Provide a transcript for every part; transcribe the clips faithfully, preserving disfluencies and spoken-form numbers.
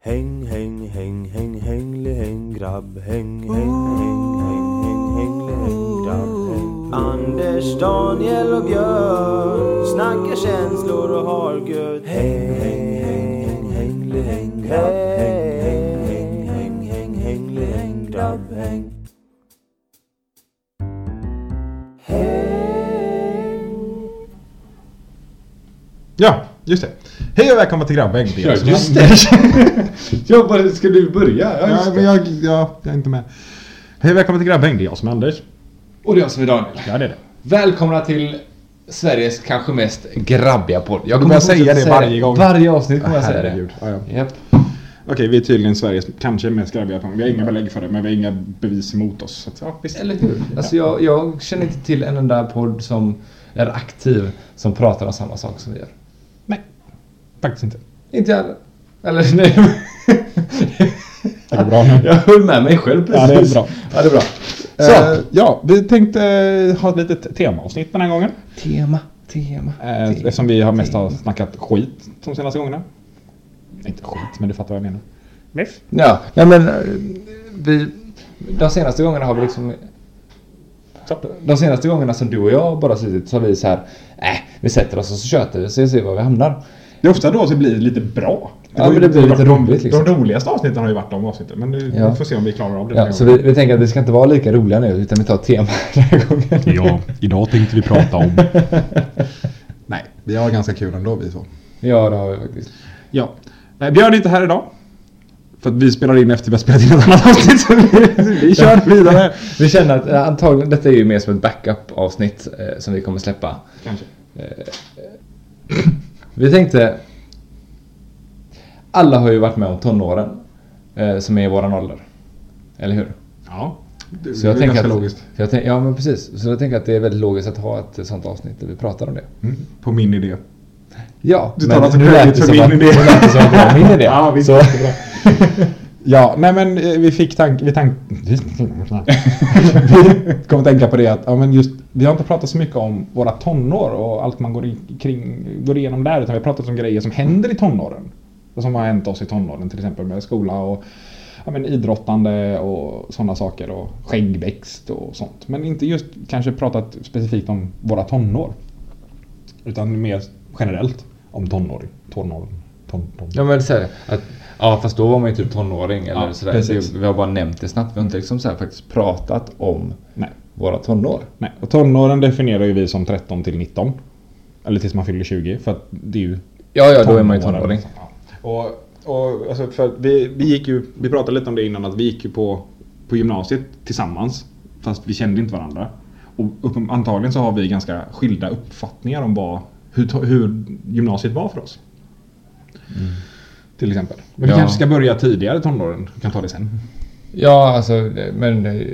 Häng, häng, häng, häng, hängli, häng, grabb. Häng, häng, häng, häng, häng, hängli, häng, grabb. Häng. Anders, Daniel och Björn snackar känslor och har gött. Häng, häng, häng, häng, hängli, häng, grabb. Häng, häng, häng, häng, hängli, häng, grabb. Häng. Ja, just det. Hej och välkomna till Grabbhäng. Ja, just det. Jag bara, ska du börja? Ja, ja, men jag, ja, jag är inte med. Hej och välkomna till Grabbhäng. Det är jag som är Anders. Och det är jag som är Daniel. Ja, det är det. Välkomna till Sveriges kanske mest grabbiga podd. Jag kommer att säga det varje gång. Varje avsnitt kommer jag säga Herregud. det. Ja, ja. Japp. Okej, vi är tydligen Sveriges kanske mest grabbiga podd. Vi har inga belägg för det, men vi har inga bevis emot oss. Så att, ja, visst. Eller hur? Alltså jag, jag känner inte till en enda podd som är aktiv som pratar om samma sak som vi gör. Nej, faktiskt inte. Inte jag heller. Eller nej. Det går bra nu. Jag höll med mig själv precis. Ja, det är bra. Ja, det är bra. Så, uh, ja, vi tänkte uh, ha ett litet temaavsnitt den här gången. Tema, tema. Uh, tema eftersom vi har mest tema. har snackat skit de senaste gångerna. Inte skit, men du fattar vad jag menar. Visst? Ja, nej men vi, de senaste gångerna har vi liksom Så. de senaste gångerna som du och jag bara suttit så har vi så här, äh, vi sätter oss och så tjötar vi så vi ser var vi hamnar. Det är ofta då så blir det lite bra. Det Ja, men det blir lite roligt liksom. De roligaste avsnitten har ju varit de avsnitten, men det, Ja. vi får se om vi klarar av det. Ja, så vi, vi tänker att det ska inte vara lika roliga nu utan vi tar ett tema den här gången. Ja, idag tänkte vi prata om... Nej, vi har ganska kul ändå vi så. Ja, det har vi faktiskt. Ja. Eh, Björn är inte här idag. För att vi spelar in efter vi har spelat in ett annat avsnitt. Så vi, vi kör vidare. Vi känner att äh, antagligen, detta är ju mer som ett backup-avsnitt eh, som vi kommer släppa. Kanske. Vi tänkte, alla har ju varit med om tonåren eh, som är i våran ålder. Eller hur? Ja, det, Så jag det är tänker ganska att, logiskt. Jag tänk, ja, men precis. Så jag tänker att det är väldigt logiskt att ha ett sånt avsnitt där vi pratar om det. Mm, på min idé. Ja, Du tar men alltså nu lät credit det för som min att- idé. nu lät det som att det var min idé. Ja, visst. Så, Ja, nej men eh, vi fick tank... Vi, tank vi kom att tänka på det att ja, men just, vi har inte pratat så mycket om våra tonår och allt man går, i, kring, går igenom där, utan vi har pratat om grejer som händer i tonåren. Som har hänt oss i tonåren, till exempel med skola och ja, men idrottande och sådana saker och skäggväxt och sånt. Men inte just kanske pratat specifikt om våra tonår, utan mer generellt om tonår. Tonår. Ton, ton. ja, men så här, att, ja, fast då var man ju typ tonåring eller Ja, sådär. precis. Vi, vi har bara nämnt det snabbt. Vi har inte liksom så här faktiskt pratat om Nej. våra tonår. Nej, och tonåren definierar ju vi som tretton till nitton. Eller tills man fyller tjugo, för att det är ju Ja, ja, då är man ju tonåren. tonåring. Ja. Och, och alltså för att vi, vi gick ju, vi pratade lite om det innan, att vi gick ju på, på gymnasiet tillsammans, fast vi kände inte varandra. Och upp, antagligen så har vi ganska skilda uppfattningar om vad, hur, hur gymnasiet var för oss. Mm. Till exempel. Men vi Ja. kanske ska börja tidigare tonåren, vi kan ta det sen. Ja, alltså, men eh,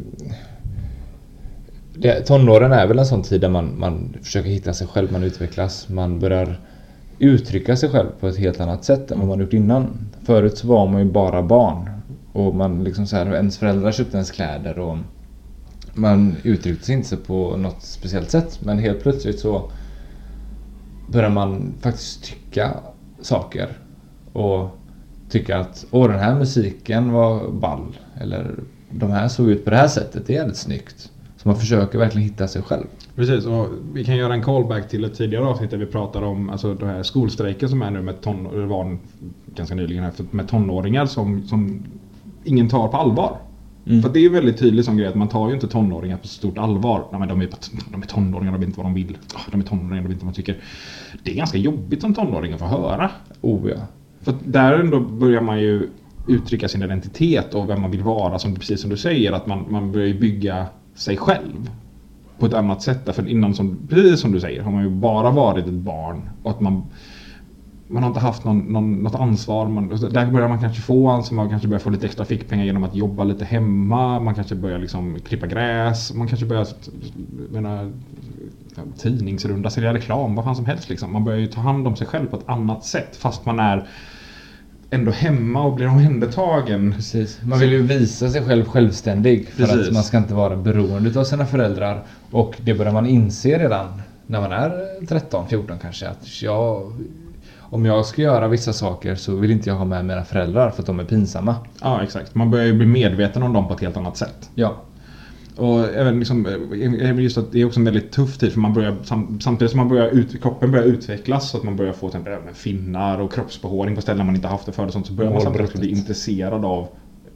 det, tonåren är väl en sån tid där man, man försöker hitta sig själv, man utvecklas, man börjar uttrycka sig själv på ett helt annat sätt än vad man gjort innan. Förut så var man ju bara barn och man liksom så här, ens föräldrar köpte ens kläder och man uttryckte sig inte på något speciellt sätt, men helt plötsligt så börjar man faktiskt tycka saker och tycka att åh, den här musiken var ball eller de här såg ut på det här sättet, det är jävligt snyggt. Så man försöker verkligen hitta sig själv. Precis, och vi kan göra en callback till ett tidigare avsnitt där vi pratar om alltså, det här skolstrejken som är nu med ton, det var en, ganska nyligen här, med tonåringar som, som ingen tar på allvar. Mm. För det är ju väldigt tydligt som grej att man tar ju inte tonåringar på stort allvar. Nej, men de, är, de är tonåringar, de vet inte vad de vill. De är tonåringar, de vet inte vad de tycker. Det är ganska jobbigt som tonåringar får höra. Oh ja. För där ändå börjar man ju uttrycka sin identitet och vem man vill vara, som, precis som du säger, att man, man börjar bygga sig själv på ett annat sätt. Därför innan, som, precis som du säger, har man ju bara varit ett barn och att man man har inte haft någon, någon, något ansvar. Man, där börjar man kanske få ansvar, man kanske börjar få lite extra fickpengar genom att jobba lite hemma, man kanske börjar liksom klippa gräs, man kanske börjar menar, tidningsrunda, sälja reklam, vad fan som helst liksom. Man börjar ju ta hand om sig själv på ett annat sätt fast man är ändå hemma och blir omhändertagen. Precis. Man vill ju visa sig själv självständig för Precis. att man ska inte vara beroende av sina föräldrar, och det börjar man inse redan när man är tretton fjorton kanske, att jag om jag ska göra vissa saker så vill inte jag ha med mina föräldrar för att de är pinsamma. Ja, exakt. Man börjar ju bli medveten om dem på ett helt annat sätt. Ja. Och även liksom, just att det är också en väldigt tuff tid för man börjar, samtidigt som man börjar ut, kroppen börjar utvecklas så att man börjar få till exempel finnar och kroppsbehåring på ställen man inte haft det förr och sånt, så börjar man samtidigt bli intresserad av,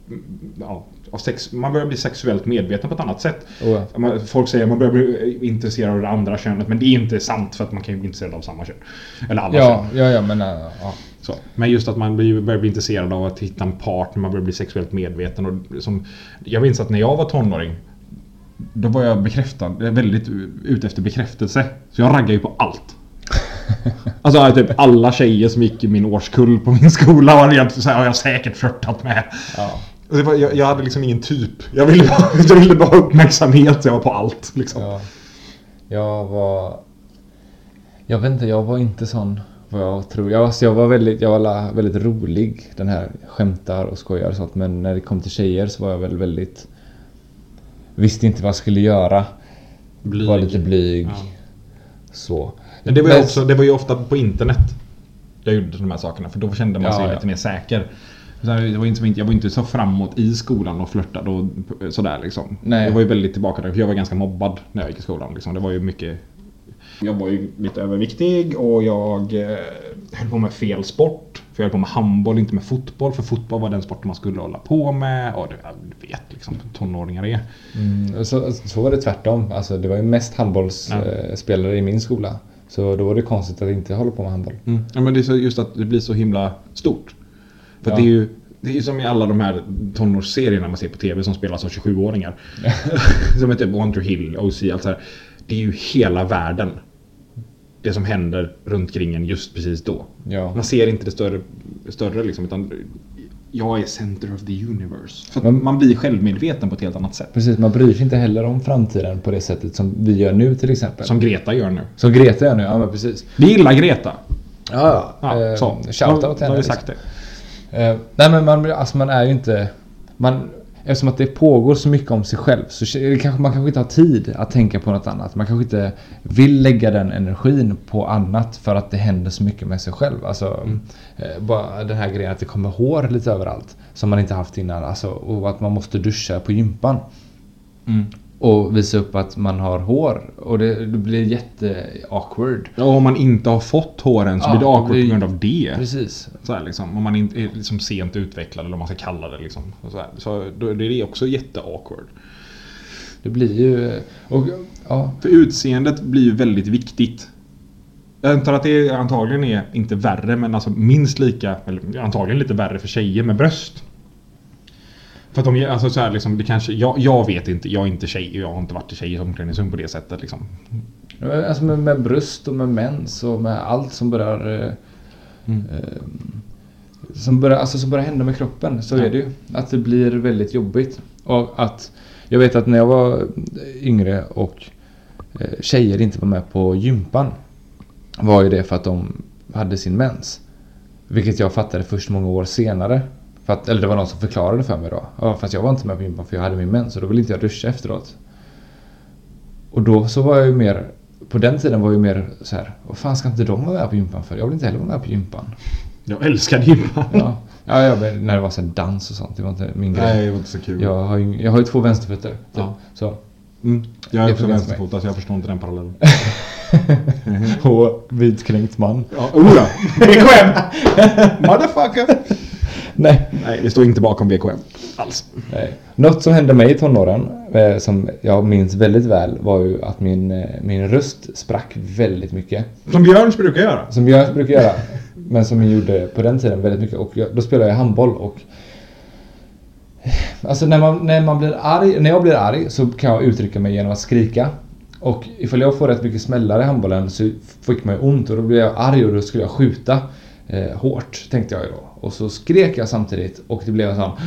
ja, av sex. Man börjar bli sexuellt medveten på ett annat sätt. Oh ja. Folk säger att man börjar bli intresserad av det andra könet, men det är inte sant för att man kan ju bli intresserad av samma kön. Eller alla ja, kön. Ja, ja, men uh, ja. Så. Men just att man blir, börjar bli intresserad av att hitta en partner, man börjar bli sexuellt medveten. Och som, jag minns att när jag var tonåring, då var jag bekräftad, väldigt ute efter bekräftelse. Så jag raggade ju på allt. Alltså typ alla tjejer som gick i min årskull på min skola var egentligen så här, har jag säkert flörtat med. Ja. Och det var, jag, jag hade liksom ingen typ. Jag ville bara, jag ville bara ha uppmärksamhet, så jag var på allt liksom. Ja. Jag var Jag vet inte, jag var inte sån vad jag tror. Jag, alltså jag var väldigt jag var väldigt rolig, den här skämtar och skojar och sånt, men när det kom till tjejer så var jag väl väldigt visste inte vad jag skulle göra. Blyg. Var lite blyg. Ja. Så. Men det var ju också, det var ju ofta på internet jag gjorde de här sakerna, för då kände man sig ja, ja. lite mer säker. Så det var inte, jag var inte så framåt i skolan och flörtade och sådär liksom. Nej. Jag var ju väldigt tillbaka där, för jag var ganska mobbad när jag gick i skolan liksom. Det var ju mycket. Jag var ju lite överviktig och jag eh, höll på med fel sport. För jag höll på med handboll, inte med fotboll. För fotboll var den sport man skulle hålla på med. Och du vet liksom, tonåringar är. Mm, så, så var det tvärtom. Alltså, det var ju mest handbollsspelare ja. i min skola. Så då var det konstigt att inte hålla på med handboll. Mm. Ja, men det är så, just att det blir så himla stort. För ja. det är ju det är ju som i alla de här tonårsserierna man ser på tv som spelas av tjugosju-åringar. Som heter Wonder Hill, O C, allt så här. Det är ju hela världen. Det som händer runt kring en just precis då. Ja. Man ser inte det större, större liksom, utan jag är center of the universe. För man, man blir självmedveten på ett helt annat sätt. Precis, man bryr sig inte heller om framtiden på det sättet som vi gör nu till exempel. Som Greta gör nu. Som Greta gör nu, ja men precis. Vi gillar Greta. Ja, ja. ja så. Shoutout till henne. Har vi sagt det. Uh, nej men man, alltså man är ju inte man, eftersom att det pågår så mycket om sig själv så det kanske, man kanske inte har tid att tänka på något annat. Man kanske inte vill lägga den energin på annat för att det händer så mycket med sig själv. Alltså mm. uh, bara den här grejen att det kommer hår lite överallt som man inte haft innan, alltså, och att man måste duscha på gympan. Mm. Och visa upp att man har hår. Och det, det blir jätte awkward. Ja, om man inte har fått håren så ja, blir det awkward det, på grund av det. Precis. Så här, liksom, om man inte är liksom sent utvecklad eller vad man ska kalla det. Liksom, så här, så då är det också jätte awkward. Det blir ju... Och, ja. För utseendet blir ju väldigt viktigt. Jag antar att det antagligen är inte värre, men alltså minst lika, eller antagligen lite värre för tjejer med bröst. För att de, alltså så här, liksom, det kanske, jag, jag vet inte, jag är inte tjej, jag har inte varit tjej i omklädningsrum på det sättet liksom. Alltså med, med bröst och med mens och med allt som börjar eh, mm. eh, som börjar, alltså som börjar hända med kroppen, så ja. är det ju att det blir väldigt jobbigt. Och att jag vet att när jag var yngre och eh, tjejer inte var med på gympan var ju det för att de hade sin mens, vilket jag fattade först många år senare. För att, eller det var någon som förklarade för mig då. Ja, fast jag var inte med på gympan för jag hade min mens. Så då ville inte jag duscha efteråt. Och då så var jag ju mer... På den tiden var jag ju mer så här... Vad fan ska inte de vara med på gympan för? Jag vill inte heller vara med på gympan. Jag älskade gympan. Ja, ja, ja när det var så här dans och sånt. Det var inte min grej. Nej, det var inte så kul. Jag har ju, jag har ju två vänsterfötter. Typ. Ja. Så. Mm. Jag är också vänsterfotad så jag förstår inte den parallellen. Och vitkränkt man. Ja, oh ja. V K M! Motherfucker! Nej. Nej, det står inte bakom V K M alls. Nej. Något som hände mig i tonåren eh, som jag minns väldigt väl var ju att min, eh, min röst sprack väldigt mycket. Som Björns brukar göra. Som Björns brukar göra. Men som jag gjorde på den tiden väldigt mycket. Och jag, då spelade jag handboll och alltså när man, när man blir arg, när jag blir arg så kan jag uttrycka mig genom att skrika. Och ifall jag får rätt mycket smällar i handbollen så fick man ju ont och då blev jag arg och då skulle jag skjuta eh, hårt, tänkte jag ju då. Och så skrek jag samtidigt och det blev en sån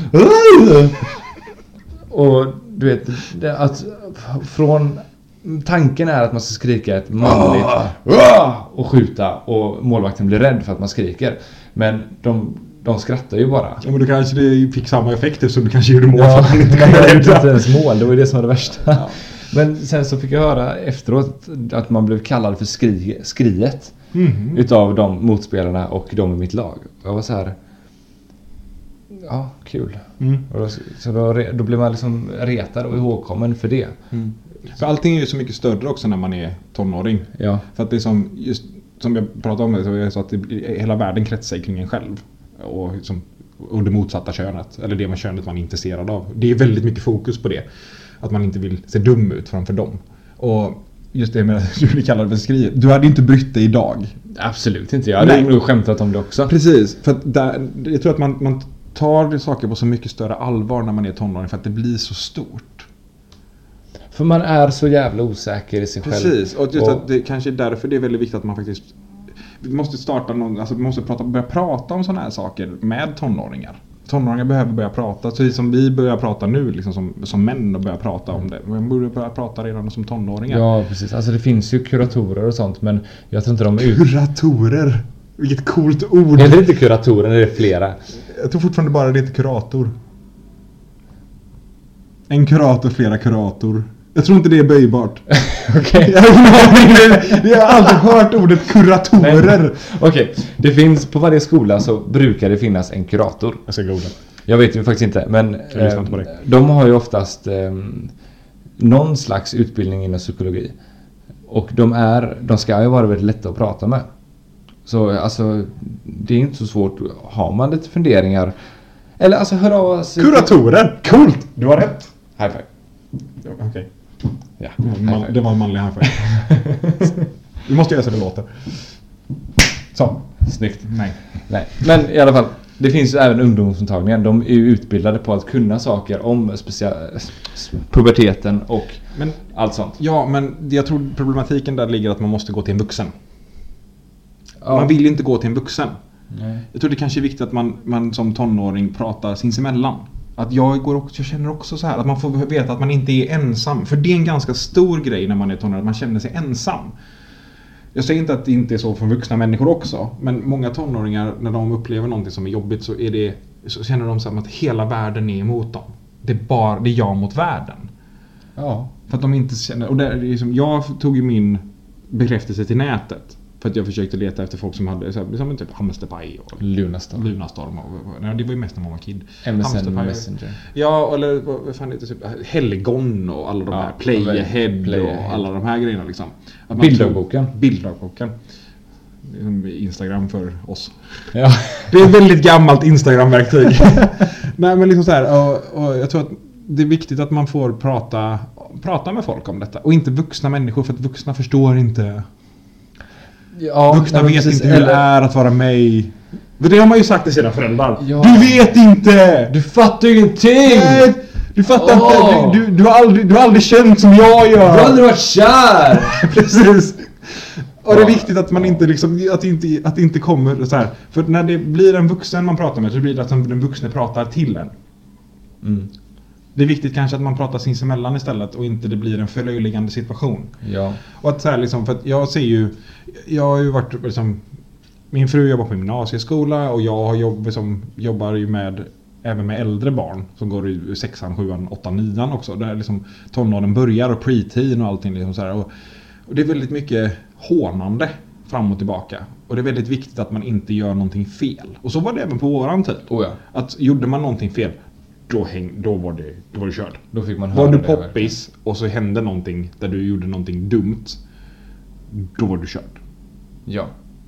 och du vet det, att från tanken är att man ska skrika ett manligt och skjuta och målvakten blir rädd för att man skriker, men de de skrattar ju bara. Ja, men då kanske det fick samma effekter som du kanske gjorde mål. Ja, för att inte kunna rädda. Inte ens mål, det var ju det som var det värsta. Ja. Men sen så fick jag höra efteråt att man blev kallad för skri, skriet. Mm. Utav de motspelarna och de i mitt lag. Jag var så här. Ja, kul. Mm. Och då, så då, då blir man liksom retad och ihågkommen för det. Mm. För allting är ju så mycket större också när man är tonåring. Ja. För att det är som, just som jag pratade om, så är det så att det, hela världen kretsar kring en själv. Och, liksom, och det motsatta könet. Eller det med könet man är intresserad av. Det är väldigt mycket fokus på det. Att man inte vill se dum ut framför dem. Och just det med att Julie kallar det för skriv. Du hade inte brytt dig idag. Absolut inte. Jag hade nog skämtat om det också. Precis. För att där, jag tror att man, man tar saker på så mycket större allvar när man är tonåring. För att det blir så stort. För man är så jävla osäker i sig själv. Precis. Och just och att det kanske är därför det är väldigt viktigt att man faktiskt... Vi måste starta någon, alltså vi måste prata, börja prata om sådana här saker med tonåringar. Tonåringar behöver börja prata, så som vi börjar prata nu liksom som, som män och börja prata om det. Man borde börja prata redan som tonåringar. Ja, precis. Alltså det finns ju kuratorer och sånt, men jag tror inte de är ut... Kuratorer! Vilket coolt ord! Är det inte kuratorer, är det flera? Jag tror fortfarande bara det är inte kurator. En kurator, flera kurator. Jag tror inte det är böjbart. Okej. Jag har aldrig hört ordet kuratorer. Okej, okay. Det finns på varje skola så brukar det finnas en kurator. Jag ska googla. Jag vet ju faktiskt inte, men eh, inte på det. De har ju oftast eh, någon slags utbildning inom psykologi. Och de är, de ska ju vara väldigt lätta att prata med. Så alltså, det är inte så svårt. Har man lite funderingar, eller alltså hör av oss. Kuratorer, coolt! Du har rätt. High five. Okej. Okay. Ja, Man, det var en manlig high five. Vi måste göra så det låter. Så. Snyggt. Nej. Nej. Men i alla fall, det finns ju även ungdomsmottagningen. De är ju utbildade på att kunna saker om special... puberteten och men, allt sånt. Ja, men jag tror problematiken där ligger att man måste gå till en vuxen. Ja. Man vill inte gå till en vuxen. Nej. Jag tror det kanske är viktigt att man, man som tonåring pratar sinsemellan. Att jag, går också, jag känner också så här att man får veta att man inte är ensam. För det är en ganska stor grej när man är tonåring, att man känner sig ensam. Jag säger inte att det inte är så för vuxna människor också. Men många tonåringar, när de upplever någonting som är jobbigt, så, är det, så känner de som att hela världen är emot dem. Det är, bara, det är jag mot världen. Ja. För att de inte känner... Och det är liksom, jag tog ju min bekräftelse till nätet. För att jag försökte leta efter folk som hade så här, som typ Hamsterpaj och Lunarstorm. Lunarstorm och, nej, det var ju mest när man var kid. M S N Hamsterpaj. Messenger. Ja, eller vad fan heter det, typ Helgon och alla de Ja, här Playahead Play och Ahead. alla de här grejerna liksom. Att man Bilddagboken. tog- Bilddagboken. Det är som Instagram för oss. Ja. Det är ett väldigt gammalt Instagram-verktyg. Nej, men liksom så här, och, och jag tror att det är viktigt att man får prata prata med folk om detta och inte vuxna människor, för att vuxna förstår inte. Ja, Vuxna nej, vet precis, inte hur det eller- är att vara mig. Det har man ju sagt till sina föräldrar. Ja. Du vet inte! Du fattar ju ingenting! Nej, du fattar Åh. inte. Du, du, du, har aldrig, du har aldrig känt som jag gör. Du har aldrig varit kär! Precis. Och det är Ja. viktigt att man inte liksom, att det inte, att det inte kommer så här. För när det blir en vuxen man pratar med, så blir det att den vuxne pratar till en. Mm. Det är viktigt kanske att man pratar sinsemellan istället och inte det blir en förlöjligande situation. Ja. Och att så här liksom, för att jag ser ju, jag har ju varit liksom, min fru jobbar på gymnasieskola och jag har jobb, som jobbar ju med, även med äldre barn som går i sexan, sjuan, åttan, nian också. Där liksom tonåren börjar och pre-teen och allting liksom så här. Och, och det är väldigt mycket hånande fram och tillbaka. Och det är väldigt viktigt att man inte gör någonting fel. Och så var det även på våran tid. Oh ja. Att gjorde man någonting fel, då, häng, då, var, det, då var det körd. Då fick man höra Var du det, poppis och så hände någonting där du gjorde någonting dumt, då var du körd. Ja.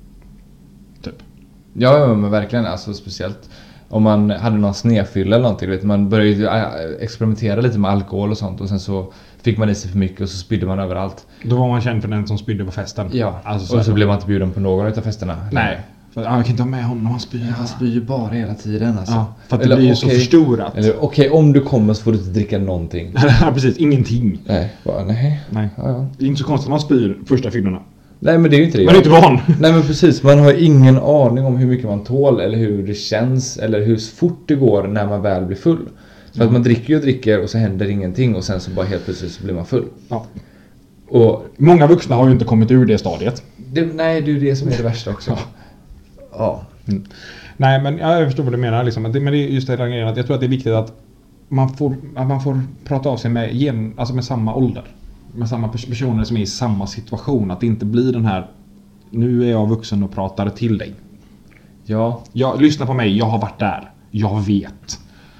Typ. Ja, ja, men verkligen. Alltså speciellt om man hade någon snedfylla eller någonting. Vet, man började ju äh, experimentera lite med alkohol och sånt. Och sen så fick man i sig för mycket och så spydde man överallt. Då var man känd för den som spydde på festen. Ja, Alltså, och så blev man inte bjuden på någon av festerna. Nej, för, ah, jag kan inte ha med honom, han spyr. Han spyr ju bara hela tiden alltså. Ja, för att det Eller, blir ju så okej. förstorat. Eller okej, om du kommer så får du inte dricka någonting. Ja, precis, ingenting. Nej, bara, nej. Nej. Ja, ja. Det är inte så konstigt att man spyr första fyllorna. Nej, men det är ju inte det. Man är inte van. Nej, men precis. Man har ingen aning om hur mycket man tål eller hur det känns eller hur fort det går när man väl blir full. Så Mm. att man dricker och dricker och så händer ingenting och sen så bara helt plötsligt så blir man full. Ja. Och Många vuxna har ju inte kommit ur det stadiet. det, nej, det är ju det som är det värsta också. Ja. Mm. Nej, men ja, jag förstår vad du menar liksom. Men det, men det är just det där grejen att jag tror att det är viktigt att man får, att man får prata av sig med, gen, alltså med samma ålder. Med samma pers- personer som är i samma situation. Att det inte blir den här nu är jag vuxen och pratar till dig. Ja. Jag, lyssna på mig, jag har varit där. Jag vet.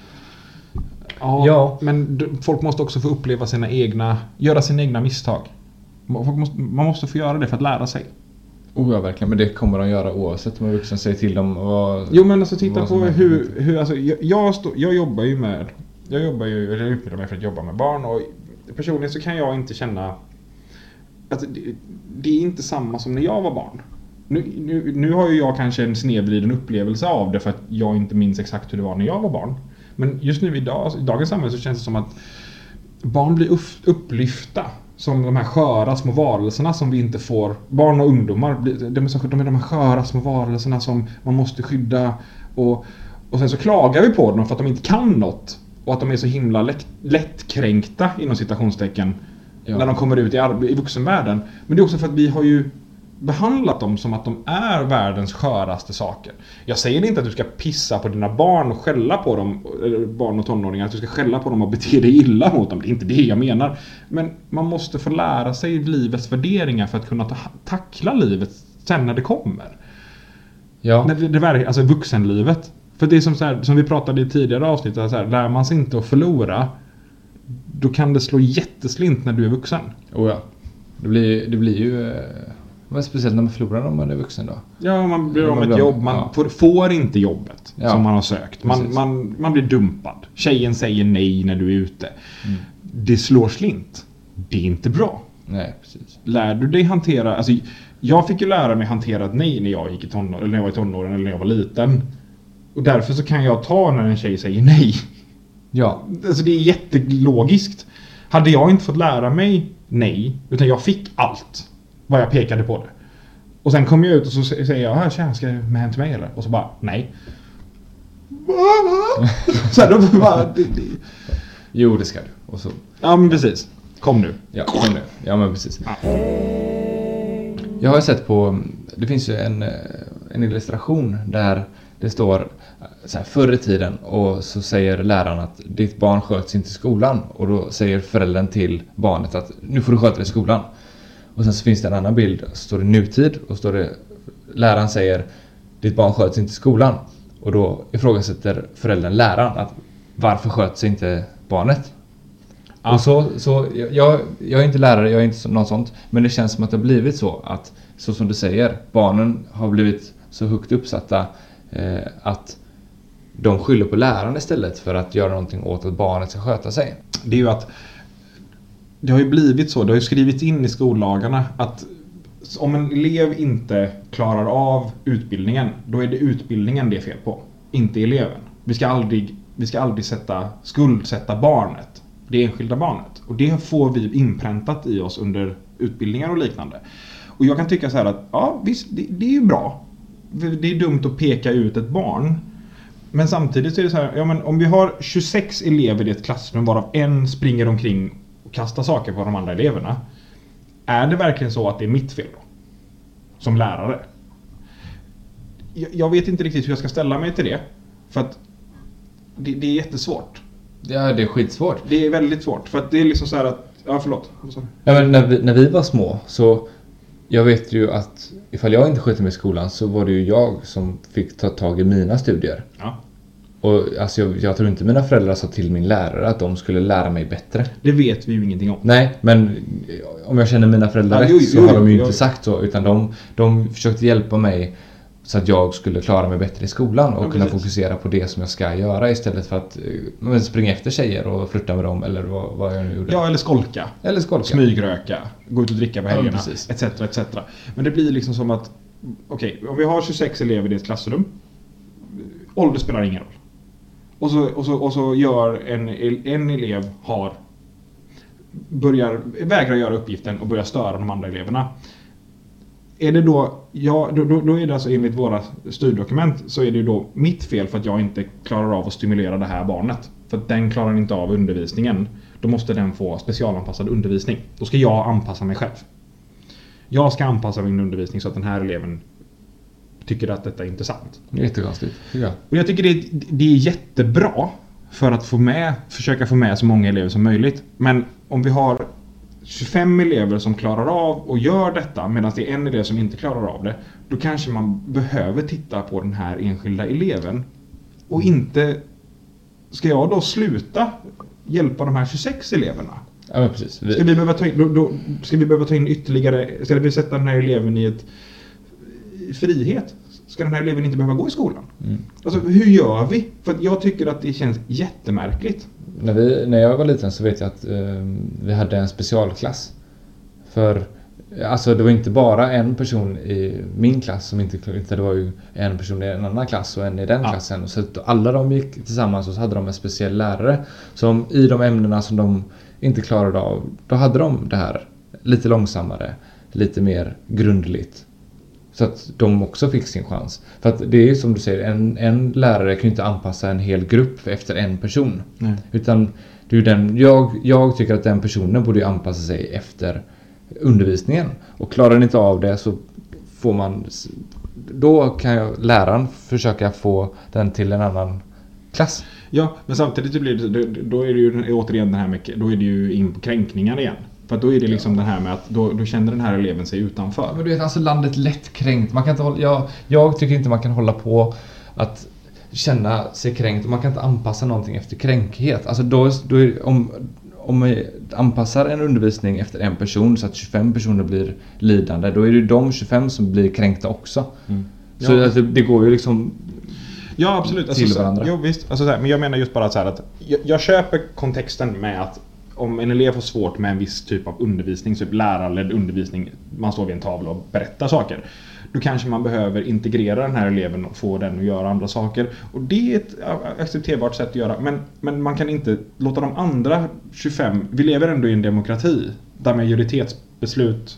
Ja, Ja. Men d- folk måste också få uppleva sina egna, göra sina egna misstag. Folk måste, man måste få göra det för att lära sig. Oh ja, verkligen. Men det kommer de göra oavsett om vuxen säger till dem vad... Jo, men alltså titta vad på som hur, hur alltså, jag, jag, stå, jag jobbar ju med, jag jobbar ju, eller utbildar mig för att jobba med barn, och personligen så kan jag inte känna att det, det är inte samma som när jag var barn. Nu, nu, nu har ju jag kanske en snedvriden upplevelse av det för att jag inte minns exakt hur det var när jag var barn. Men just nu idag, i dagens samhälle så känns det som att barn blir upp, upplyfta som de här sköra små varelserna som vi inte får. Barn och ungdomar, de är, så, de är de här sköra små varelserna som man måste skydda. Och, och sen så klagar vi på dem för att de inte kan något. Och att de är så himla lätt, lättkränkta inom citationstecken ja. När de kommer ut i, arbe- i vuxenvärlden. Men det är också för att vi har ju behandlat dem som att de är världens sköraste saker. Jag säger inte att du ska pissa på dina barn och skälla på dem, eller barn och tonåringar, att du ska skälla på dem och bete dig illa mot dem. Det är inte det jag menar. Men man måste få lära sig livets värderingar för att kunna ta- tackla livet sen när det kommer. Ja. När det, det, alltså vuxenlivet. För det är som, så här, som vi pratade i tidigare avsnitt, så här, lär man sig inte att förlora, då kan det slå jätteslint när du är vuxen. Oh ja. Det blir, det blir ju... Men speciellt när man förlorar om man är vuxen då. Ja, man blir av man ett blir, jobb. Man ja. får, får inte jobbet ja. som man har sökt. Man, man, man blir dumpad. Tjejen säger nej när du är ute. Mm. Det slår slint. Det är inte bra. Nej, precis. Lär du dig hantera... Alltså, jag fick ju lära mig hantera ett nej när jag gick i tonår, eller när jag var i tonåren eller när jag var liten. Och därför så kan jag ta när en tjej säger nej. Ja. Alltså det är jättelogiskt. Hade jag inte fått lära mig nej, utan jag fick allt vad jag pekade på det. Och sen kom jag ut och så säger jag, här tjena, ska jag med hem till mig eller? Och så bara, nej. Så här, då bara, det, det. Jo, det ska du. Och så. Ja, men precis. Kom nu. Ja, kom nu. Ja, men precis. Ja. Jag har sett på, det finns ju en, en illustration där det står så här, förr i tiden, och så säger läraren att ditt barn sköts inte i skolan, och då säger föräldern till barnet att nu får du sköta dig i skolan. Och sen så finns det en annan bild, så står det nutid, och står det läraren säger ditt barn sköts inte i skolan, och då ifrågasätter föräldern läraren att varför sköts inte barnet? Ja. Och så, så jag, jag är inte lärare, jag är inte någon sånt, men det känns som att det har blivit så att, så som du säger, barnen har blivit så högt uppsatta eh, att de skyller på läraren istället för att göra någonting åt att barnet ska sköta sig. Det är ju att det har ju blivit så, det har ju skrivits in i skollagarna att om en elev inte klarar av utbildningen, då är det utbildningen det är fel på, inte eleven. Vi ska aldrig, vi ska aldrig sätta, skuldsätta barnet, det enskilda barnet. Och det får vi inpräntat i oss under utbildningar och liknande. Och jag kan tycka så här att, ja visst, det, det är ju bra. Det är dumt att peka ut ett barn. Men samtidigt så är det så här, ja men om vi har tjugosex elever i ett klassrum varav en springer omkring och kastar saker på de andra eleverna. Är det verkligen så att det är mitt fel då? Som lärare? Jag, jag vet inte riktigt hur jag ska ställa mig till det. För att det, det är jättesvårt. Ja, det är skitsvårt. Det är väldigt svårt. För att det är liksom så här att, ja förlåt. Ja, men när vi, när vi var små så, jag vet ju att ifall jag inte skötte mig i skolan så var det ju jag som fick ta tag i mina studier. Ja. Och alltså jag, jag tror inte mina föräldrar sa till min lärare att de skulle lära mig bättre. Det vet vi ju ingenting om. Nej, men om jag känner mina föräldrar ja, rätt jo, jo, så har de ju jo, inte jo. sagt så. Utan de, de försökte hjälpa mig så att jag skulle klara mig bättre i skolan och ja, kunna precis. fokusera på det som jag ska göra istället för att men, springa efter tjejer och flirta med dem eller vad, vad jag nu gjorde. Ja, eller skolka. Eller skolka. Smygröka. Gå ut och dricka på helgerna. Ja, etc, et cetera. Men det blir liksom som att, okej, okay, om vi har tjugosex elever i ett klassrum, ålder spelar ingen roll. Och så, och så, och så gör en, en elev har börjar, vägrar göra uppgiften och börjar störa de andra eleverna. Är det då, ja, då, då är det alltså enligt våra styrdokument så är det ju då mitt fel för att jag inte klarar av att stimulera det här barnet. För att den klarar inte av undervisningen. Då måste den få specialanpassad undervisning. Då ska jag anpassa mig själv. Jag ska anpassa min undervisning så att den här eleven tycker att detta är intressant. Jättekonstigt. Ja. Och jag tycker det är, det är jättebra för att få med, försöka få med så många elever som möjligt. Men om vi har tjugofem elever som klarar av och gör detta medan det är en elev som inte klarar av det, då kanske man behöver titta på den här enskilda eleven och inte ska jag då sluta hjälpa de här tjugosex eleverna? Ja, men precis. Vi... Ska vi behöva ta in, då, då, ska vi behöva ta in ytterligare, ska vi sätta den här eleven i ett i frihet? Ska den här eleven inte behöva gå i skolan? Mm. Alltså hur gör vi? För jag tycker att det känns jättemärkligt. När, vi, när jag var liten så vet jag att eh, vi hade en specialklass. För alltså det var inte bara en person i min klass som inte klarade, det var ju en person i en annan klass och en i den ja. klassen. Så att alla de gick tillsammans och så hade de en speciell lärare som i de ämnena som de inte klarade av, då hade de det här lite långsammare, lite mer grundligt. Så att de också fick sin chans. För att det är som du säger, en, en lärare kan ju inte anpassa en hel grupp efter en person. Nej. Utan det är den, jag, jag tycker att den personen borde anpassa sig efter undervisningen. Och klarar den inte av det så får man, då kan jag, läraren försöka få den till en annan klass. Ja, men samtidigt blir det, då är det ju återigen det här med, då är det ju in på kränkningar igen. För att då är det liksom ja. den här med att då, då känner den här eleven sig utanför. Men du vet, alltså landet lätt kränkt. Man kan inte hålla, jag, jag tycker inte man kan hålla på att känna sig kränkt. Och man kan inte anpassa någonting efter kränkhet. Alltså då, då är, om, om man anpassar en undervisning efter en person så att tjugofem personer blir lidande, då är det de tjugofem som blir kränkta också. Mm. Så ja. det, det går ju liksom... Ja, absolut. Till alltså, varandra. Jo, visst. Alltså, så här, men jag menar just bara så här att jag, jag köper kontexten med att om en elev får svårt med en viss typ av undervisning, typ lärarledd undervisning, man står vid en tavla och berättar saker, då kanske man behöver integrera den här eleven och få den att göra andra saker. Och det är ett accepterbart sätt att göra. Men, men man kan inte låta de andra tjugofem, vi lever ändå i en demokrati där majoritetsbeslut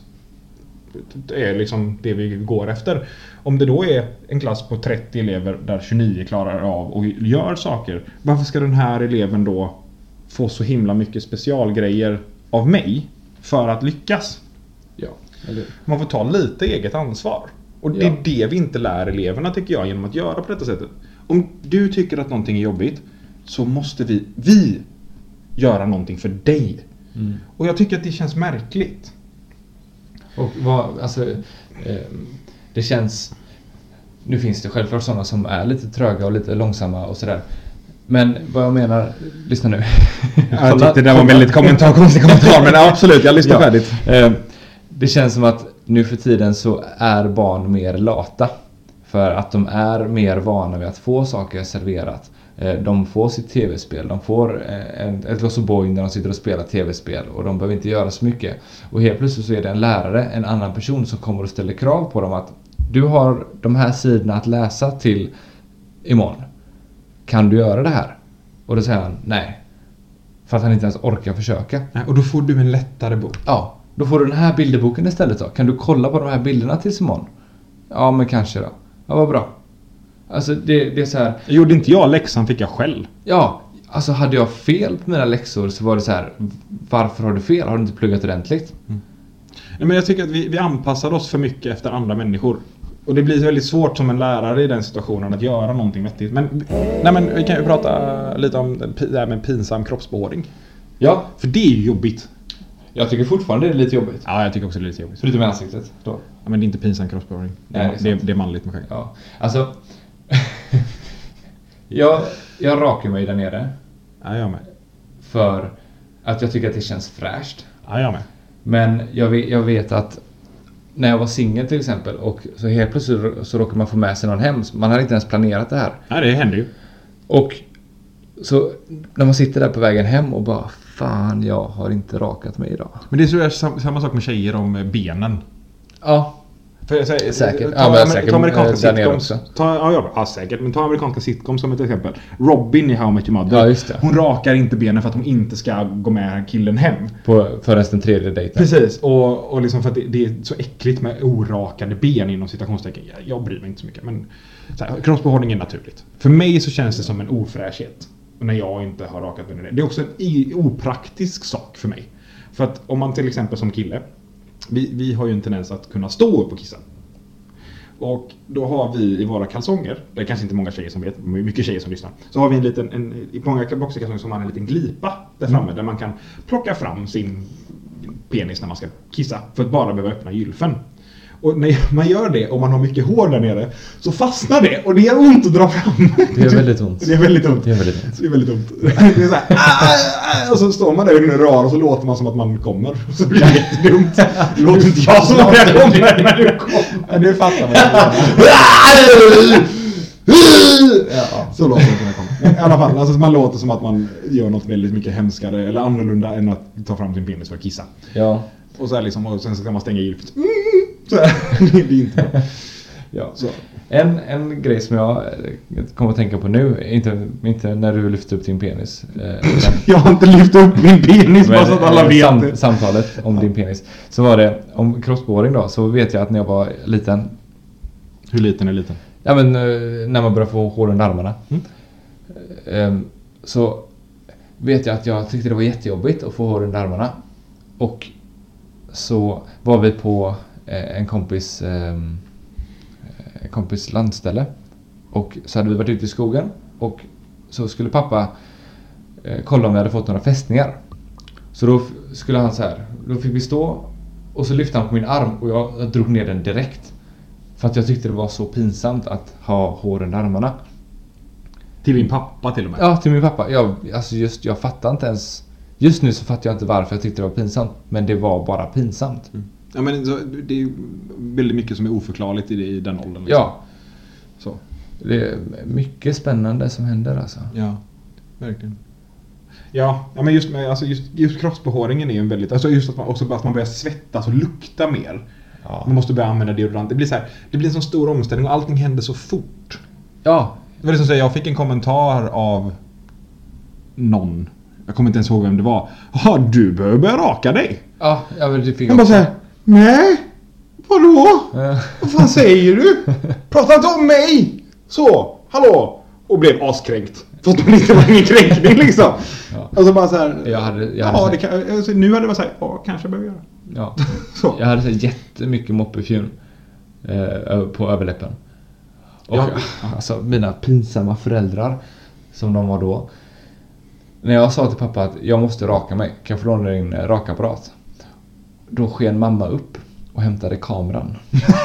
är liksom det vi går efter. Om det då är en klass på trettio elever där tjugonio klarar av och gör saker, varför ska den här eleven då få så himla mycket specialgrejer av mig för att lyckas? Ja, eller... Man får ta lite eget ansvar. Och det ja. är det vi inte lär eleverna, tycker jag, genom att göra på detta sättet. Om du tycker att någonting är jobbigt, så måste vi, vi göra någonting för dig. Mm. Och jag tycker att det känns märkligt. Och vad, alltså, eh, det känns, nu finns det självklart sådana som är lite tröga och lite långsamma och sådär. Men vad jag menar, lyssna nu. Jag tyckte det var en väldigt kommentar, konstig kommentar, men absolut, jag lyssnar ja. färdigt. Eh, det känns som att nu för tiden så är barn mer lata. För att de är mer vana vid att få saker serverat. Eh, de får sitt tv-spel, de får eh, en, ett glas O'boy när de sitter och spelar tv-spel. Och de behöver inte göra så mycket. Och helt plötsligt så är det en lärare, en annan person som kommer och ställer krav på dem att du har de här sidorna att läsa till imorgon. Kan du göra det här? Och då säger han nej. För att han inte ens orkar försöka. Nej, och då får du en lättare bok. Ja, då får du den här bilderboken istället då. Kan du kolla på de här bilderna tills imorgon? Ja, men kanske då. Ja, vad bra. Alltså det, det är så här. Gjorde inte jag läxan, fick jag själv. Ja, alltså hade jag fel på mina läxor så var det så här. Varför har du fel? Har du inte pluggat ordentligt? Mm. Nej, men jag tycker att vi, vi anpassar oss för mycket efter andra människor. Och det blir väldigt svårt som en lärare i den situationen att göra någonting vettigt. Men, nej, men vi kan ju prata lite om det här med pinsam kroppsbehåring. Ja. För det är ju jobbigt. Jag tycker fortfarande det är lite jobbigt. Ja, jag tycker också det är lite jobbigt. Förutom med ansiktet då. Ja, men det är inte pinsam kroppsbehåring. Nej, det, är det, det är manligt med skägg. Ja, alltså... jag, jag rakar mig där nere. Ja, jag med. För att jag tycker att det känns fräscht. Ja, jag med. Men jag vet, jag vet att när jag var singel till exempel och så helt plötsligt så råkar man få med sig någon hem. Man har inte ens planerat det här. Ja, det händer ju. Och så när man sitter där på vägen hem och bara fan, jag har inte rakat mig idag. Men det är så är samma, samma sak med tjejer om benen. Ja. För jag säger, säkert. Ta, ja, men säkert. ta amerikanska sitcoms. Ta, ja, ja, ja, säkert. Men ta amerikanska sitcoms som ett exempel. Robin i How I Met Your Mother. Ja, just det. Hon rakar inte benen för att hon inte ska gå med killen hem. På förrest den tredje dejten. Precis. Och, och liksom för att det, det är så äckligt med orakade ben inom citationstecken. Jag, jag bryr mig inte så mycket. Men så här, kroppsbehållning är naturligt. För mig så känns det som en ofräschhet. När jag inte har rakat benen. Det är också en i, opraktisk sak för mig. För att om man till exempel som kille. Vi, vi har ju en tendens att kunna stå upp och kissa. Och då har vi i våra kalsonger, det är kanske inte många tjejer som vet, mycket tjejer som lyssnar. Så har vi en liten, en, i många boxerkalsonger som har en liten glipa där framme. Mm. Där man kan plocka fram sin penis när man ska kissa. För att bara behöva öppna gylfen. Och när man gör det och man har mycket hår där nere så fastnar det och det gör ont att dra fram. Det är väldigt ont. Det är väldigt ont. Det är väldigt ont. Det är väldigt ont. Det är så här, ah, ah, och så står man där och rör och så låter man som att man kommer. Så blir det jättedumt. Det låter inte jag som att jag kommer när du kommer. Det fattar man. Ja, så låter det när jag kommer. Men i alla fall, alltså man låter som att man gör något väldigt mycket hemskare eller annorlunda än att ta fram sin penis för att kissa. Ja. Och så här liksom, och sen ska man stänga gylfen. Så här, det är inte bra. Ja. Så. En, en grej som jag kommer att tänka på nu, inte, inte när du lyfter upp din penis. Eh, jag har inte lyft upp min penis bara så att alla vet sam, det. Samtalet om din penis. Så var det om kroppsbehåring då, så vet jag att när jag var liten. Hur liten är liten? Ja men när man börjar få hår under armarna. Mm. Eh, så vet jag att jag tyckte det var jättejobbigt att få hår under armarna. Och så var vi på eh, en kompis eh, en kompis landställe och så hade vi varit ute i skogen och så skulle pappa eh, kolla om vi hade fått några fästningar. Så då f- skulle han så här, då fick vi stå och så lyfte han på min arm och jag, jag drog ner den direkt för att jag tyckte det var så pinsamt att ha hår under armarna. Till min pappa till och med? Ja, till min pappa. Jag, alltså just, jag fattar inte ens. Just nu så fattar jag inte varför jag tyckte det var pinsamt. Men det var bara pinsamt. Mm. Ja, men så, det är väldigt mycket som är oförklarligt i, i den åldern. Liksom. Ja. Så. Det är mycket spännande som händer alltså. Ja, verkligen. Ja, ja men just, med, alltså just, just kroppsbehåringen är ju en väldigt... Alltså just att man, också att man börjar svettas och lukta mer. Ja. Man måste börja använda deodorant. Det blir så här, det blir en sån stor omställning och allting händer så fort. Ja. Det var det som säger, jag fick en kommentar av någon... Jag kommer inte ens ihåg vem det var. Ja, du behöver börja raka dig. Ja, ja men du fick jag bara säger, nej, vadå? Ja. Vad fan säger du? Prata inte om mig! Så, hallå! Och blev askränkt. Fast det inte var ingen kränkning liksom. Ja. Alltså bara så här. Jag hade, jag ja, hade det kan, alltså, nu hade det varit så här, ja, kanske behöver göra. Ja. Så. Jag hade så här jättemycket moppefjun eh, på överläppen. Och Ja. alltså mina pinsamma föräldrar som de var då. När jag sa till pappa att jag måste raka mig, kan jag få låna din rakapparat? Då sken mamma upp och hämtade kameran.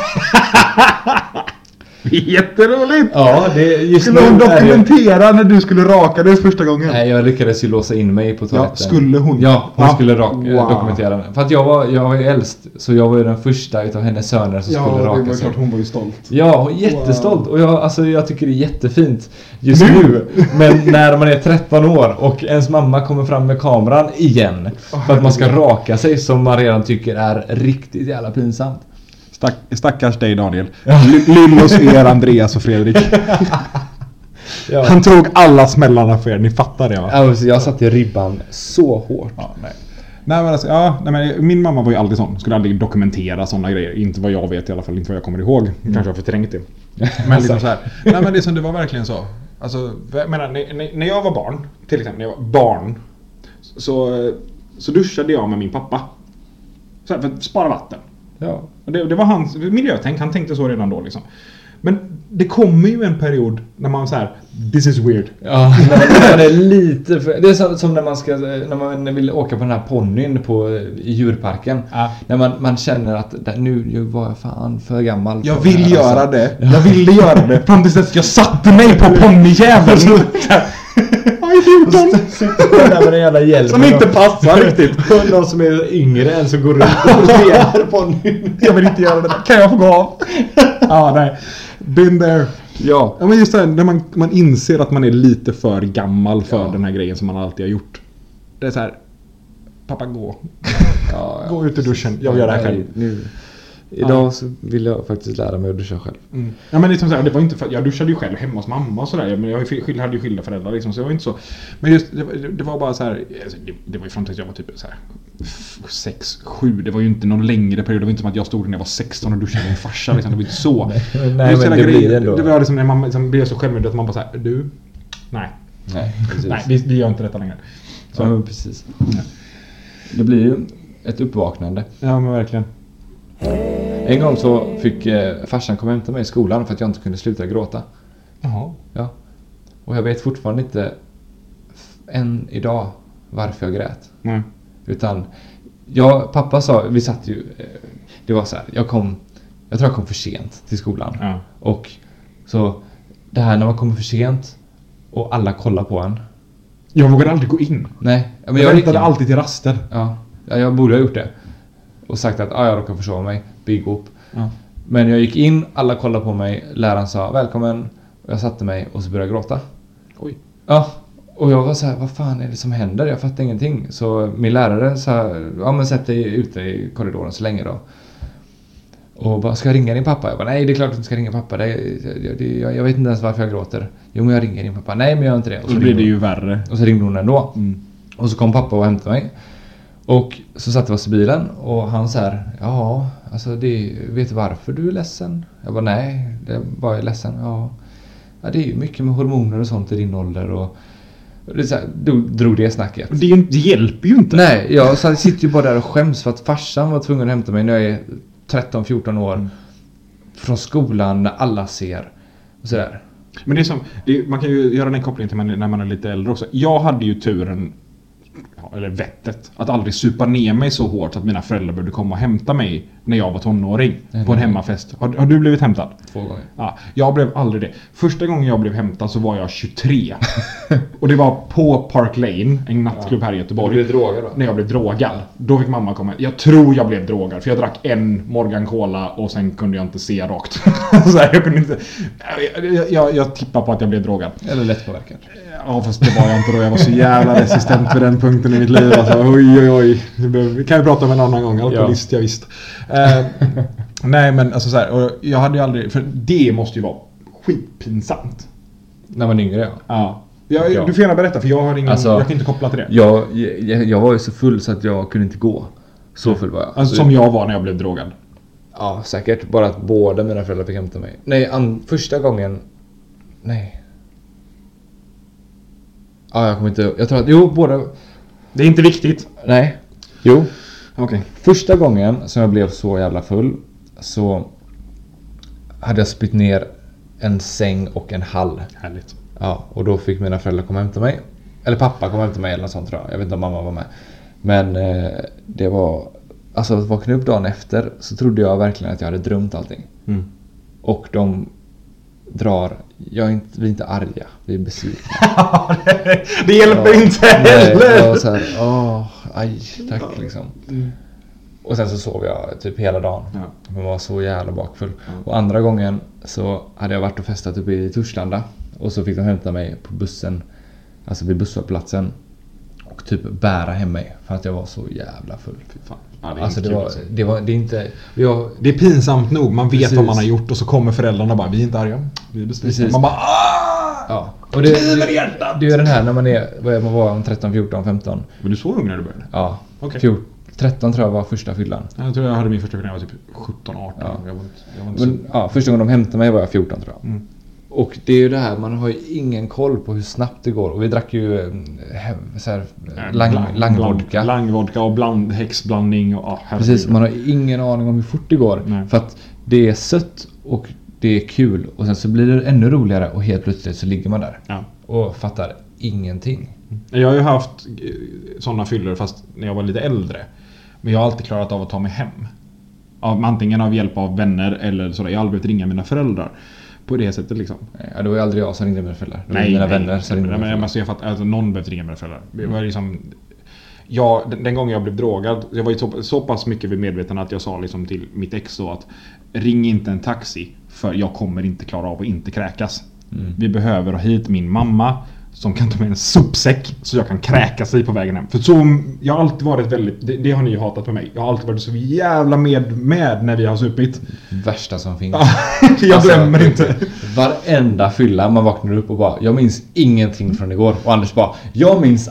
Jätteroligt! Ja, det just skulle hon dokumentera när du skulle raka dig första gången? Nej, jag lyckades ju låsa in mig på toaletten. Ja, skulle hon? Ja, hon ja. skulle raka, wow. dokumentera den. För att jag var, jag var ju äldst, så jag var ju den första utav hennes söner som ja, skulle raka sig. Ja, det var klart, hon var ju stolt. Ja, hon är jättestolt. Wow. Och jag, alltså, jag tycker det är jättefint just nu. nu. Men när man är tretton år och ens mamma kommer fram med kameran igen oh, för att man ska raka sig som man redan tycker är riktigt jävla pinsamt. Stack, stackars dig, Daniel. Lillos er, Andreas och Fredrik. Ja. Han tog alla smällarna för er, ni fattar det, va? Alltså, jag satte ribban så hårt. Ja, nej. Nej, men alltså, ja, nej, men min mamma var ju alltid sån. Skulle aldrig dokumentera sådana grejer. Inte vad jag vet i alla fall, inte vad jag kommer ihåg. Mm. Kanske har förträngt det. Men liksom så här. Nej, men det som det var verkligen så. Alltså, jag menar, när, när jag var barn, till exempel när jag var barn, så, så duschade jag med min pappa. Så här, för att spara vatten. Ja. Det, det var hans miljötänk, han tänkte så redan då liksom. Men det kommer ju en period när man så här, this is weird. Ja, när man är lite för, det är så, som när man ska när man vill åka på den här ponnyn på i djurparken. Ja. När man man känner att nu var jag fan för gammal. Jag vill här, göra alltså. det. Jag ville göra det fram tills att jag satte mig på ponnyjäveln. Där med den jävla hjälmen som inte passar riktigt. Och någon som är yngre än så går runt och ser ponnyn. Jag vill inte göra det. Kan jag få gå av? Ja, nej. Been there. Ja. Ja, men just det här, när man, man inser att man är lite för gammal för ja. den här grejen som man alltid har gjort. Det är så här, pappa gå. Ja, gå ut i duschen. Jag gör det här själv. Nu. Idag ja. så vill jag faktiskt lära mig att duscha själv. Mm. Ja, men liksom så här, det var inte för, jag duschade ju själv hemma hos mamma och sådär. Men jag hade ju skilda föräldrar liksom, så det var inte så. Men just, det, det var bara så här, alltså, det, det var ju fram till att jag var typ så här sex, sju. Det var ju inte någon längre period. Det var inte som att jag stod när jag var sexton och duschade med min farsa. Liksom. Det var inte så. Nej, men, nej, men det grejer, blir ändå. Det var liksom när man liksom blev så självmedveten att man bara så här, du, nej. Nej, nej vi, vi gör inte detta längre. Så. Ja, precis. Ja. Det blir ju ett uppvaknande. Ja, men verkligen. En gång så fick eh, farsan komma hem till mig i skolan för att jag inte kunde sluta gråta. Jaha. Ja. Och jag vet fortfarande inte än idag varför jag grät. Nej. Utan jag, pappa sa, vi satt ju, det var så här, jag kom, jag tror jag kom för sent till skolan. Ja. Och så, det här när man kommer för sent och alla kollar på en. Jag vågade aldrig gå in. Nej. Men jag jag väntade alltid till raster. Ja, jag borde ha gjort det. Och sagt att ah, jag råkar försova mig, big upp. Ja. Men jag gick in, alla kollade på mig, läraren sa välkommen. Och jag satte mig och så började jag gråta. Oj. Ja, och jag var så här, vad fan är det som händer? Jag fattar ingenting. Så min lärare sa, ja men sätt dig ute i korridoren så länge då. Och bara, ska jag ringa din pappa? Jag bara, nej det är klart att du ska ringa pappa. Det, det, det, jag, jag vet inte ens varför jag gråter. Jo men jag ringer din pappa. Nej men jag gör inte det. Och så, så blir det ju värre. Och så ringde hon ändå. Mm. Och så kom pappa och hämtade mig. Och så satt vi oss i bilen och han så här, ja, alltså det, vet du varför du är ledsen? Jag bara, nej, det är bara jag är ledsen. Ja. Ja, det är ju mycket med hormoner och sånt i din ålder och, och det är så här, då drog det snacket. Det, är ju, det hjälper ju inte. Nej, jag så sitter ju bara där och skäms för att farsan var tvungen att hämta mig när jag är tretton fjorton år mm. från skolan när alla ser och så där. Men det är som, det, man kan ju göra den kopplingen till man, när man är lite äldre också. Jag hade ju turen, eller vettet, att aldrig supa ner mig så hårt att mina föräldrar började komma och hämta mig när jag var tonåring mm. på en hemmafest. Har, har du blivit hämtad? Två gånger. Ja, jag blev aldrig det. Första gången jag blev hämtad så var jag tjugotre. Och det var på Park Lane, en nattklubb här i Göteborg. Du blev drogad då? När jag blev drogad. Då fick mamma komma. Jag tror jag blev drogad, för jag drack en Morgan Cola och sen kunde jag inte se rakt. Så här, jag kunde inte... Jag, jag, jag tippar på att jag blev drogad. Eller lättpåverkad. Ja, fast det var jag inte då. Jag var så jävla resistent vid den punkten i mitt liv. Alltså, oj, oj, oj. Det kan vi prata om en annan gång. Alkoholist, ja. Jag visst. Uh, nej, men alltså så här. Och jag hade ju aldrig... För det måste ju vara skitpinsamt. När man är yngre, ja. Ja. Jag, ja. Du får gärna berätta, för jag har ingen... Alltså, jag kan inte koppla till det. Jag, jag, jag var ju så full så att jag kunde inte gå. Så full var jag. Alltså, som jag var när jag blev drogad. Ja, säkert. Bara att båda mina föräldrar fick hämta mig. Nej, an, första gången... Nej... Ja, jag kommer inte... Jag tror att... Jo, båda... Det är inte viktigt. Nej. Jo. Okej. Okay. Första gången som jag blev så jävla full så hade jag spytt ner en säng och en hall. Härligt. Ja, och då fick mina föräldrar komma och hämta mig. Eller pappa kom och hämta mig eller något sånt tror jag. Jag vet inte om mamma var med. Men eh, det var... Alltså att vakna upp dagen efter så trodde jag verkligen att jag hade drömt allting. Mm. Och de... drar, jag är inte, vi är inte arga, vi är besvikna. det, det hjälper ja, inte heller. Jag var så här, åh, aj, tack liksom. Mm. Och sen så sov jag typ hela dagen. Ja. Man var så jävla bakfull. Ja. Och andra gången så hade jag varit och festat uppe i Torslanda. Och så fick de hämta mig på bussen, alltså vid busshållplatsen. Och typ bära hem mig för att jag var så jävla full. Fy fan. Ja, det, alltså det, var, det var det är inte jag, det är pinsamt nog. Man vet precis vad man har gjort och så kommer föräldrarna bara, vi är inte arga. Vi är besvikna. Man bara ah! Ja. Och det, det, det, det är den här när man är vad man var tretton, fjorton, femton. Men du så ung när du började? Ja. Okay. fjorton, tretton tror jag var första fyllan. Jag tror jag hade min första fyllan när jag var typ sjutton, arton. Ja. Jag var, jag var inte Men, ja, första gången de hämtade mig var jag fjorton tror jag. Mm. Och det är ju det här, man har ju ingen koll på hur snabbt det går. Och vi drack ju så här, lang, lang, langvodka. Langvodka och bland, häxblandning. Och, oh, precis, man har ingen aning om hur fort det går. Nej. För att det är sött och det är kul. Och sen så blir det ännu roligare och helt plötsligt så ligger man där. Ja. Och fattar ingenting. Jag har ju haft sådana fyllor fast när jag var lite äldre. Men jag har alltid klarat av att ta mig hem. Av, antingen av hjälp av vänner eller sådär. Jag har aldrig behövt ringa mina föräldrar. På det sättet liksom. Ja, det var ju aldrig jag som ringde mina föräldrar. Det var nej, mina nej, vänner som ringde nej, men jag fattar, alltså, någon behövde ringa mina föräldrar. Det var liksom... Jag, den, den gången jag blev drogad, jag var ju så, så pass mycket vid medveten att jag sa liksom till mitt ex då att ring inte en taxi för jag kommer inte klara av att inte kräkas. Mm. Vi behöver ha hit min mamma som kan ta med en sopsäck så jag kan kräka sig på vägen hem. För så, jag har alltid varit väldigt, det, det har ni ju hatat med mig. Jag har alltid varit så jävla med, med när vi har supit. Värsta som finns. jag alltså, glömmer inte. Varenda fylla man vaknar upp och bara, jag minns ingenting från igår. Och Anders bara, jag minns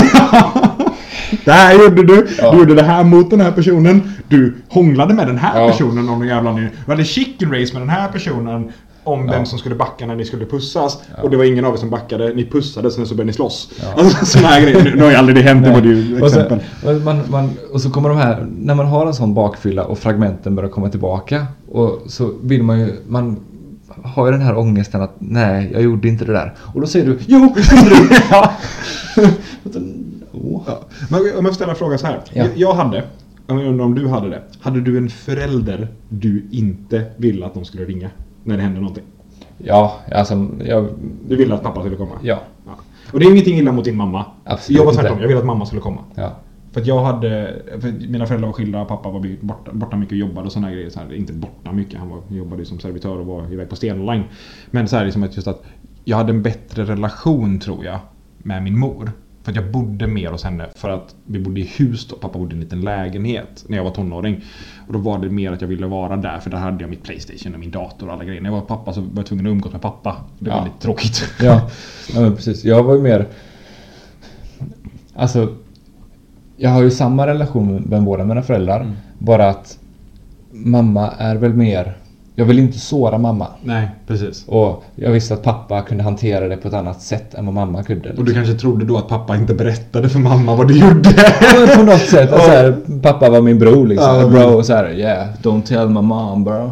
allt. Det här gjorde du. Ja. Du gjorde det här mot den här personen. Du hånglade med den här ja. personen om den jävla ni. Du hade chicken race med den här personen. Om ja. vem som skulle backa när ni skulle pussas. Ja. Och det var ingen av er som backade. Ni pussade, sen så började ni slåss. Ja. Alltså, såna här grejer. Nu har jag aldrig det hänt. Det var ju exempel. Och så, man, man, och så kommer de här. När man har en sån bakfylla och fragmenten börjar komma tillbaka. Och så vill man ju... Man har ju den här ångesten att nej, jag gjorde inte det där. Och då säger du, jo, det gjorde du. ja. oh. ja. Men om jag får ställa en fråga så här. Ja. Jag, jag hade Jag undrar om du hade det. Hade du en förälder du inte ville att de skulle ringa när det hände någonting? Ja, alltså jag... Du ville att pappa skulle komma? Ja. Ja. Och det är ingenting illa mot din mamma. Absolut jag var tvärtom, inte. jag ville att mamma skulle komma. Ja. För att jag hade, för mina föräldrar var skilda, pappa var borta, borta mycket och jobbade och sådana grejer. Så här, inte borta mycket, han var, jobbade som servitör och var iväg på Stenline. Men så här liksom att just att jag hade en bättre relation tror jag med min mor. För att jag bodde mer hos henne för att vi bodde i hus då. Pappa bodde i en liten lägenhet när jag var tonåring. Och då var det mer att jag ville vara där för där hade jag mitt PlayStation och min dator och alla grejer. När jag var pappa så var jag tvungen att umgås med pappa. Det var Ja. lite tråkigt. Ja, ja men precis. Jag var ju mer... Alltså... Jag har ju samma relation med båda mina föräldrar. Mm. Bara att mamma är väl mer... Jag vill inte såra mamma. Nej, precis. Och jag visste att pappa kunde hantera det på ett annat sätt än vad mamma kunde. Liksom. Och du kanske trodde då att pappa inte berättade för mamma vad du gjorde? Ja, på något sätt. Och så här, pappa var min bror liksom. Ja, bro, och så här, yeah, don't tell my mom, bro.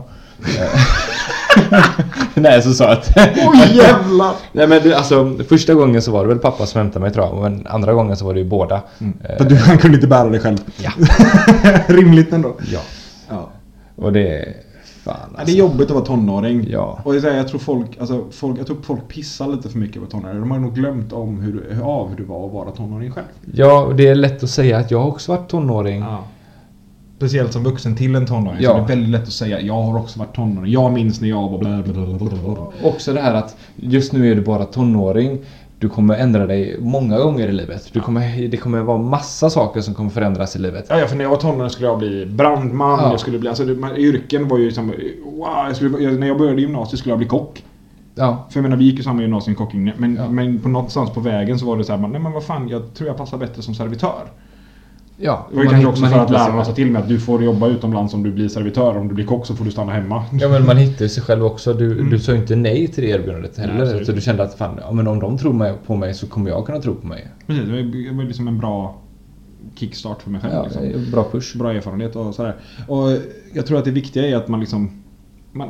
Nej, så sa att... Oj, jävlar! Nej, men det, alltså, första gången så var det väl pappa som hämtade mig tror jag. Men andra gången så var det ju båda. Mm. För du, han kunde inte bära dig själv. Ja. Rimligt ändå. Ja. Ja. Och det... Fan, alltså. Ja, det är jobbigt att vara tonåring. Ja. Och jag, säger, jag tror folk, alltså folk, jag tror folk pissar lite för mycket på tonåring. De har nog glömt om hur, du- av hur det var att vara tonåring själv. Ja, och det är lätt att säga att jag har också varit tonåring. Ja. Speciellt som vuxen till en tonåring. Ja. Så det är väldigt lätt att säga, jag har också varit tonåring. Jag minns när jag var bla bla bla bla bla. Också det här att just nu är du bara tonåring. Du kommer ändra dig många gånger i livet. Du kommer, det kommer vara massa saker som kommer förändras i livet. Ja, för när jag var tonåring skulle jag bli brandman. Ja. Jag skulle bli, alltså det, man, yrken var ju liksom, wow, jag skulle, jag, när jag började gymnasiet skulle jag bli kock. Ja. För jag menar, vi gick ju samma gymnasium kockning. Men, Ja. men på någonstans på vägen så var det så här, man, nej men vad fan, jag tror jag passar bättre som servitör. Ja, Det var ju kanske också för att hittar sig lärarna sa själv. till mig att du får jobba utomlands om du blir servitör. Om du blir kock så får du stanna hemma. Ja, men man hittar ju sig själv också. Du, Mm. du sa ju inte nej till det erbjudandet Nej, heller. absolut. Så du kände att fan, ja, men om de tror mig, på mig så kommer jag kunna tro på mig. Precis, det var- det var liksom en bra kickstart för mig själv. Ja, liksom. det är bra push. Bra erfarenhet och sådär. Och jag tror att det viktiga är att man liksom... Man,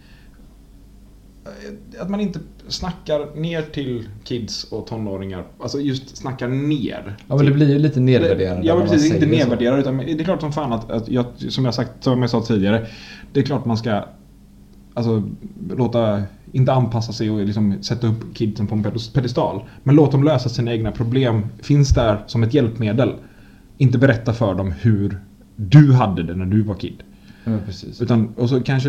att man inte snackar ner till kids och tonåringar. Alltså just snackar ner. Ja, men det blir ju lite nedvärderande. Ja, när men man precis. Inte säger så. nedvärderande utan det är klart som fan att, att jag, som jag sagt, som jag sa tidigare, det är klart man ska alltså låta, inte anpassa sig och liksom sätta upp kidsen på en pedestal. Men låt dem lösa sina egna problem. Finns där som ett hjälpmedel. Inte berätta för dem hur du hade det när du var kid. Ja, men precis. Utan, och så kanske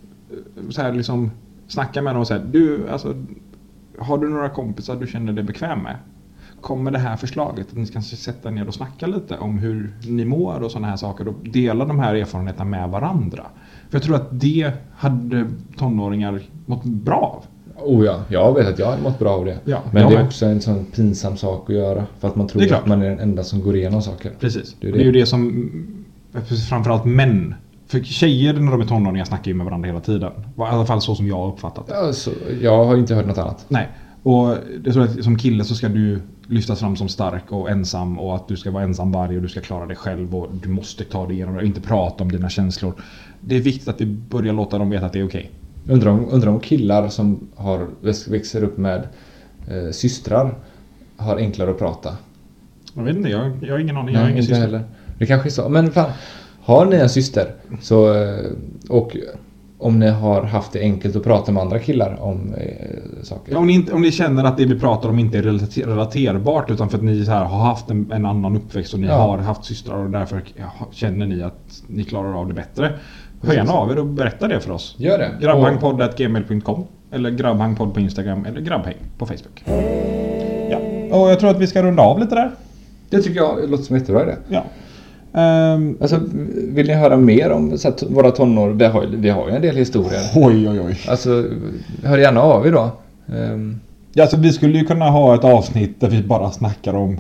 så här liksom snacka med dem och säga, du, alltså, har du några kompisar du känner dig bekväm med? Kommer det här förslaget att ni ska sätta ner och snacka lite om hur ni mår och sådana här saker och dela de här erfarenheterna med varandra? För jag tror att det hade tonåringar mått bra av. Oh ja, jag vet att jag hade mått bra av det. Ja, men jag det är med. också en sån pinsam sak att göra. För att man tror Det är klart. att man är den enda som går igenom saker. Precis. Det är Det det. är ju det som framförallt män. För tjejer när de är tonåringar snackar ju med varandra hela tiden. I alla fall så som jag har uppfattat det. Ja, så, jag har inte hört något annat. Nej. Och det är så att som kille så ska du lyftas fram som stark och ensam och att du ska vara ensam varje och du ska klara dig själv och du måste ta dig igenom det och inte prata om dina känslor. Det är viktigt att vi börjar låta dem veta att det är okej. Undrar om, undrar om killar som har, växer upp med eh, systrar har enklare att prata. Jag vet inte, jag, jag har ingen aning. Jag har Nej, ingen inte syster. heller. Det kanske är så. Men fan, har ni en syster så, eh, och om ni har haft det enkelt att prata med andra killar om eh, saker. Ja, Om ni, inte, om ni känner att det vi pratar om inte är relater- relaterbart utan för att ni så här har haft en, en annan uppväxt och ni Ja. har haft systrar och därför ja, känner ni att ni klarar av det bättre. Hör gärna av er och berätta det för oss. Gör det. grabbhangpodd at gmail punkt com eller grabbhangpodd på Instagram eller grabbhäng på Facebook. Ja, och jag tror att vi ska runda av lite där. Det tycker jag det låter som jättebra det. Ja. Ehm, Alltså, vill ni höra mer om så här, t- våra tonår? Vi har, ju- vi har ju en del historier. oj, oj, oj. Alltså, hör gärna av er då. Ehm, Ja, alltså, vi skulle ju kunna ha ett avsnitt där vi bara snackar om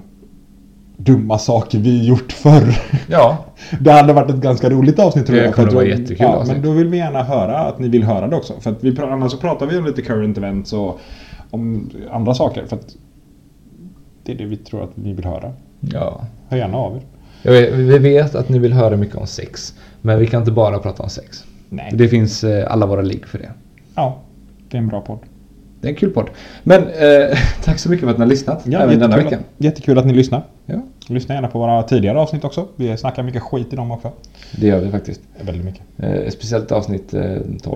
dumma saker vi gjort förr. ja, Det hade varit ett ganska roligt avsnitt tror Det jag. kommer För vara då- jättekul ja, avsnitt. Men då vill vi gärna höra att ni vill höra det också. För att vi, pr- annars så pratar vi om lite current events och om andra saker. För att det är det vi tror att ni vill höra. ja. Hör gärna av er. Jag vet, vi vet att ni vill höra mycket om sex. Men vi kan inte bara prata om sex. Nej. Det finns eh, alla våra ligg för det. Ja, det är en bra podd. Det är en kul podd. Men eh, tack så mycket för att ni har lyssnat. Ja, även denna jättekul, veckan. att, jättekul att ni lyssnar. Ja. Lyssna gärna på våra tidigare avsnitt också. Vi snackar mycket skit i dem också. Det gör vi faktiskt. Väldigt mycket. Eh, speciellt avsnitt eh, tolv.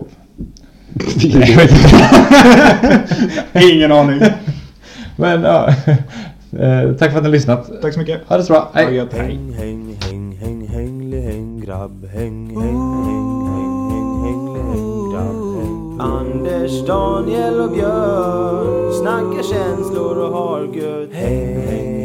Ingen aning. Men ja, eh, tack för att ni har lyssnat. Tack så mycket. Ha det så bra. Hej. Häng, häng, häng, häng, häng, häng, grabb. Häng, häng, häng, häng, häng, häng, häng, grabb. Häng. Anders, Daniel och Björn snackar känslor och har gött. Häng, häng.